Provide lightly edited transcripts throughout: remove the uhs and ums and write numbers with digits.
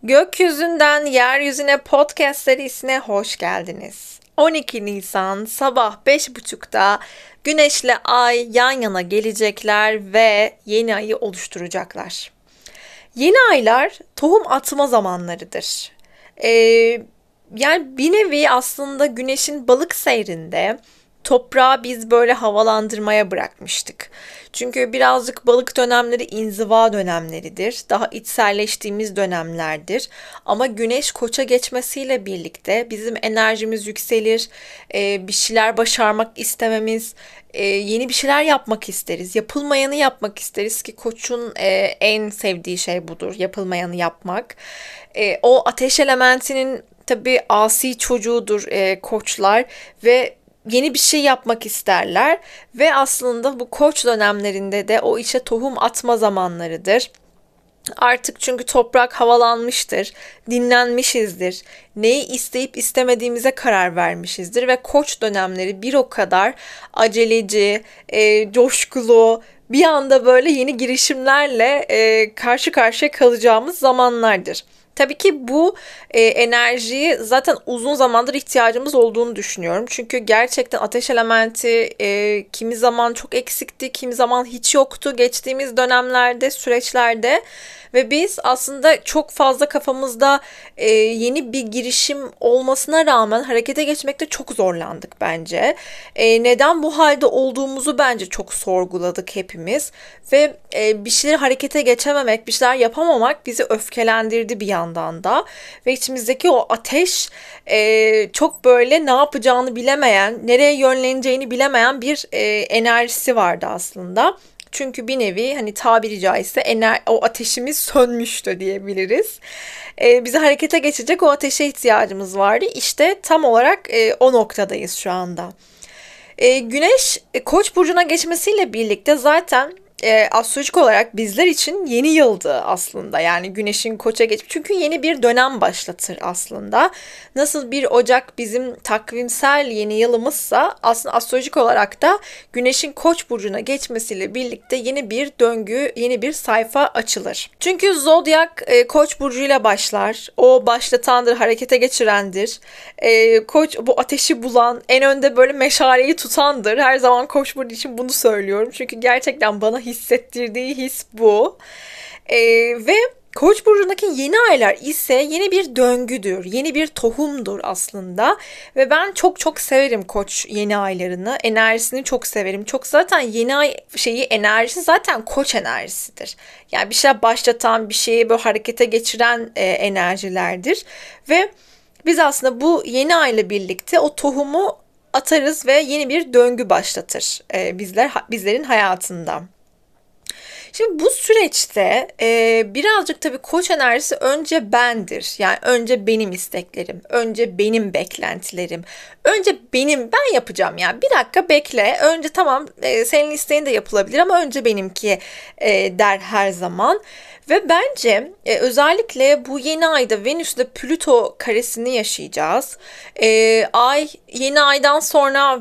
Gökyüzünden Yeryüzüne podcast serisine hoş geldiniz. 12 Nisan sabah 5.30'da Güneşle Ay yan yana gelecekler ve yeni ayı oluşturacaklar. Yeni aylar tohum atma zamanlarıdır. Ee, Yani bir nevi aslında Güneş'in balık seyrinde toprağı biz böyle havalandırmaya bırakmıştık. Çünkü birazcık balık dönemleri inziva dönemleridir. Daha içselleştiğimiz dönemlerdir. Ama Güneş Koç'a geçmesiyle birlikte bizim enerjimiz yükselir. Bir şeyler başarmak istememiz, yeni bir şeyler yapmak isteriz. Yapılmayanı yapmak isteriz ki Koç'un en sevdiği şey budur. Yapılmayanı yapmak. O ateş elementinin tabii asi çocuğudur Koçlar ve yeni bir şey yapmak isterler ve aslında bu Koç dönemlerinde de o işe tohum atma zamanlarıdır. Artık çünkü toprak havalanmıştır, dinlenmişizdir, neyi isteyip istemediğimize karar vermişizdir ve Koç dönemleri bir o kadar aceleci, coşkulu, bir anda böyle yeni girişimlerle karşı karşıya kalacağımız zamanlardır. Tabii ki bu enerjiyi zaten uzun zamandır ihtiyacımız olduğunu düşünüyorum. Çünkü gerçekten ateş elementi kimi zaman çok eksikti, kimi zaman hiç yoktu geçtiğimiz dönemlerde, süreçlerde. Ve biz aslında çok fazla kafamızda yeni bir girişim olmasına rağmen harekete geçmekte çok zorlandık bence. Neden bu halde olduğumuzu bence çok sorguladık hepimiz. Ve bir şeyleri harekete geçememek, bir şeyler yapamamak bizi öfkelendirdi bir yandan da. Ve içimizdeki o ateş çok böyle ne yapacağını bilemeyen, nereye yönleneceğini bilemeyen bir enerjisi vardı aslında. Çünkü bir nevi hani tabiri caizse o ateşimiz sönmüştü diyebiliriz. Bizi harekete geçecek o ateşe ihtiyacımız vardı. İşte tam olarak o noktadayız şu anda. Güneş Koç burcuna geçmesiyle birlikte zaten astrolojik olarak bizler için yeni yıldı aslında. Yani Güneş'in Koç'a geçip çünkü yeni bir dönem başlatır aslında. Nasıl 1 Ocak bizim takvimsel yeni yılımızsa aslında astrolojik olarak da Güneş'in Koç burcuna geçmesiyle birlikte yeni bir döngü, yeni bir sayfa açılır. Çünkü zodyak Koç burcuyla başlar. O başlatandır, harekete geçirendir. Koç bu ateşi bulan, en önde böyle meşaleyi tutandır. Her zaman Koç burcu için bunu söylüyorum. Çünkü gerçekten bana hissettirdiği his bu. Ve Koç burcundaki yeni aylar ise yeni bir döngüdür, yeni bir tohumdur aslında. Ve ben çok çok severim Koç yeni aylarını, enerjisini çok severim. Çok zaten yeni ay enerjisi zaten Koç enerjisidir. Yani bir şey başlatan, bir şeyi böyle harekete geçiren enerjilerdir. Ve biz aslında bu yeni ayla birlikte o tohumu atarız ve yeni bir döngü başlatır bizlerin hayatında. Şimdi bu süreçte birazcık tabii Koç enerjisi önce bendir. Yani önce benim isteklerim, önce benim beklentilerim, önce ben yapacağım. Yani bir dakika bekle, önce tamam senin isteğin de yapılabilir ama önce benimki der her zaman. Ve bence özellikle bu yeni ayda Venüs'te Plüto karesini yaşayacağız. Ay yeni aydan sonra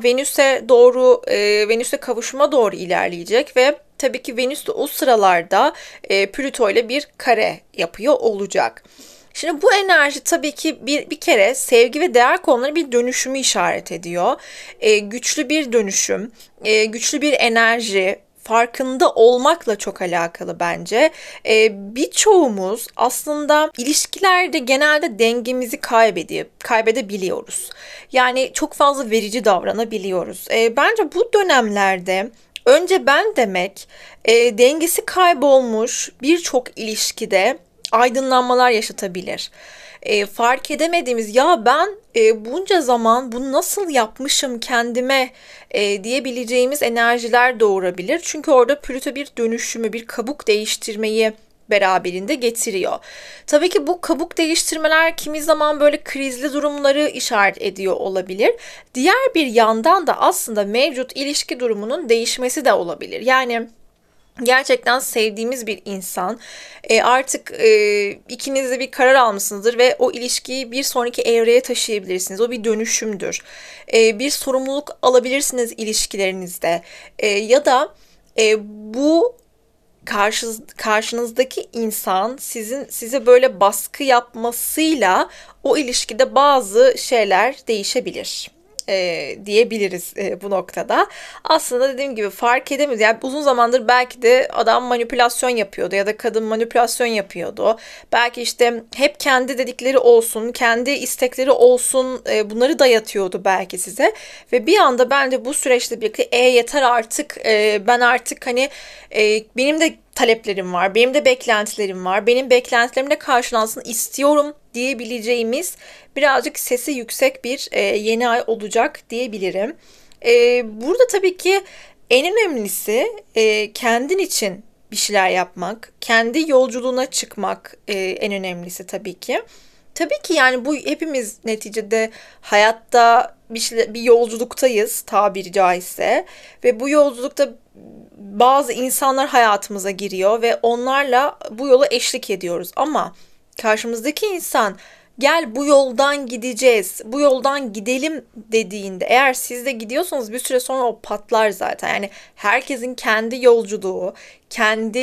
Venüs'e kavuşuma doğru ilerleyecek ve tabii ki Venüs de o sıralarda Plüto ile bir kare yapıyor olacak. Şimdi bu enerji tabii ki bir kere sevgi ve değer konuları bir dönüşümü işaret ediyor. Güçlü bir dönüşüm, güçlü bir enerji, farkında olmakla çok alakalı bence. Birçoğumuz aslında ilişkilerde genelde dengemizi kaybedebiliyoruz. Yani çok fazla verici davranabiliyoruz. Bence bu dönemlerde önce ben demek dengesi kaybolmuş birçok ilişkide aydınlanmalar yaşatabilir. Fark edemediğimiz ya ben bunca zaman bunu nasıl yapmışım kendime diyebileceğimiz enerjiler doğurabilir. Çünkü orada Plüto bir dönüşümü, bir kabuk değiştirmeyi beraberinde getiriyor. Tabii ki bu kabuk değiştirmeler kimi zaman böyle krizli durumları işaret ediyor olabilir. Diğer bir yandan da aslında mevcut ilişki durumunun değişmesi de olabilir. Yani gerçekten sevdiğimiz bir insan artık ikiniz de bir karar almışsınızdır ve o ilişkiyi bir sonraki evreye taşıyabilirsiniz. O bir dönüşümdür. Bir sorumluluk alabilirsiniz ilişkilerinizde. Ya da bu karşınızdaki insan size böyle baskı yapmasıyla o ilişkide bazı şeyler değişebilir. Diyebiliriz bu noktada. Aslında dediğim gibi fark edemiyoruz. Yani uzun zamandır belki de adam manipülasyon yapıyordu ya da kadın manipülasyon yapıyordu. Belki işte hep kendi dedikleri olsun, kendi istekleri olsun, bunları dayatıyordu belki size. Ve bir anda bence bu süreçte birlikte yeter artık, ben artık hani benim de taleplerim var, benim de beklentilerim var, benim beklentilerim de karşılansın istiyorum diyebileceğimiz birazcık sesi yüksek bir yeni ay olacak diyebilirim. Burada tabii ki en önemlisi kendin için bir şeyler yapmak, kendi yolculuğuna çıkmak en önemlisi tabii ki. Tabii ki yani bu hepimiz neticede hayatta bir yolculuktayız tabiri caizse ve bu yolculukta bazı insanlar hayatımıza giriyor ve onlarla bu yola eşlik ediyoruz. Ama karşımızdaki insan gel bu yoldan gideceğiz, bu yoldan gidelim dediğinde eğer siz de gidiyorsanız bir süre sonra o patlar zaten. Yani herkesin kendi yolculuğu, kendi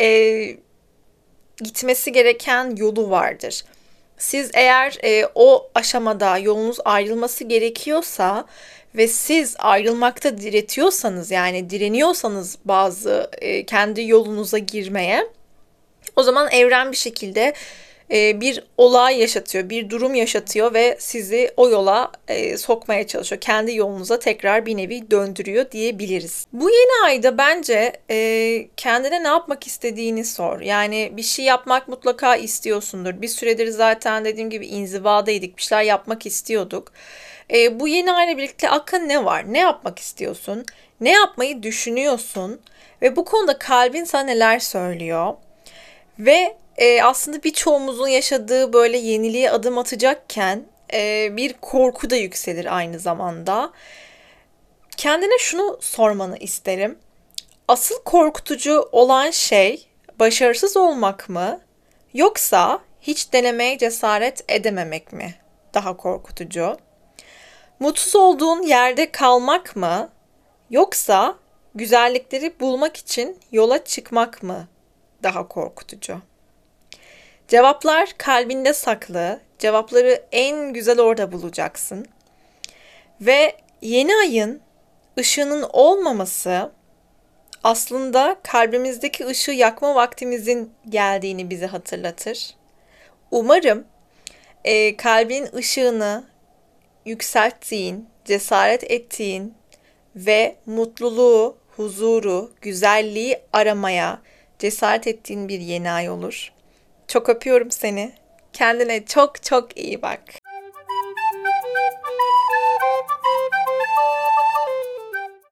gitmesi gereken yolu vardır. Siz eğer o aşamada yolunuz ayrılması gerekiyorsa ve siz ayrılmakta diretiyorsanız yani direniyorsanız bazı kendi yolunuza girmeye o zaman evren bir şekilde bir olay yaşatıyor, bir durum yaşatıyor ve sizi o yola sokmaya çalışıyor. Kendi yolunuza tekrar bir nevi döndürüyor diyebiliriz. Bu yeni ayda bence kendine ne yapmak istediğini sor. Yani bir şey yapmak mutlaka istiyorsundur. Bir süredir zaten dediğim gibi inzivadaydık, bir şeyler yapmak istiyorduk. Bu yeni ayla birlikte aklında ne var? Ne yapmak istiyorsun? Ne yapmayı düşünüyorsun? Ve bu konuda kalbin sana neler söylüyor? Ve aslında birçoğumuzun yaşadığı böyle yeniliğe adım atacakken bir korku da yükselir aynı zamanda. Kendine şunu sormanı isterim. Asıl korkutucu olan şey başarısız olmak mı? Yoksa hiç denemeye cesaret edememek mi daha korkutucu? Mutsuz olduğun yerde kalmak mı? Yoksa güzellikleri bulmak için yola çıkmak mı daha korkutucu? Cevaplar kalbinde saklı. Cevapları en güzel orada bulacaksın. Ve yeni ayın ışığının olmaması aslında kalbimizdeki ışığı yakma vaktimizin geldiğini bize hatırlatır. Umarım kalbin ışığını yükselttiğin, cesaret ettiğin ve mutluluğu, huzuru, güzelliği aramaya cesaret ettiğin bir yeni ay olur. Çok öpüyorum seni. Kendine çok çok iyi bak.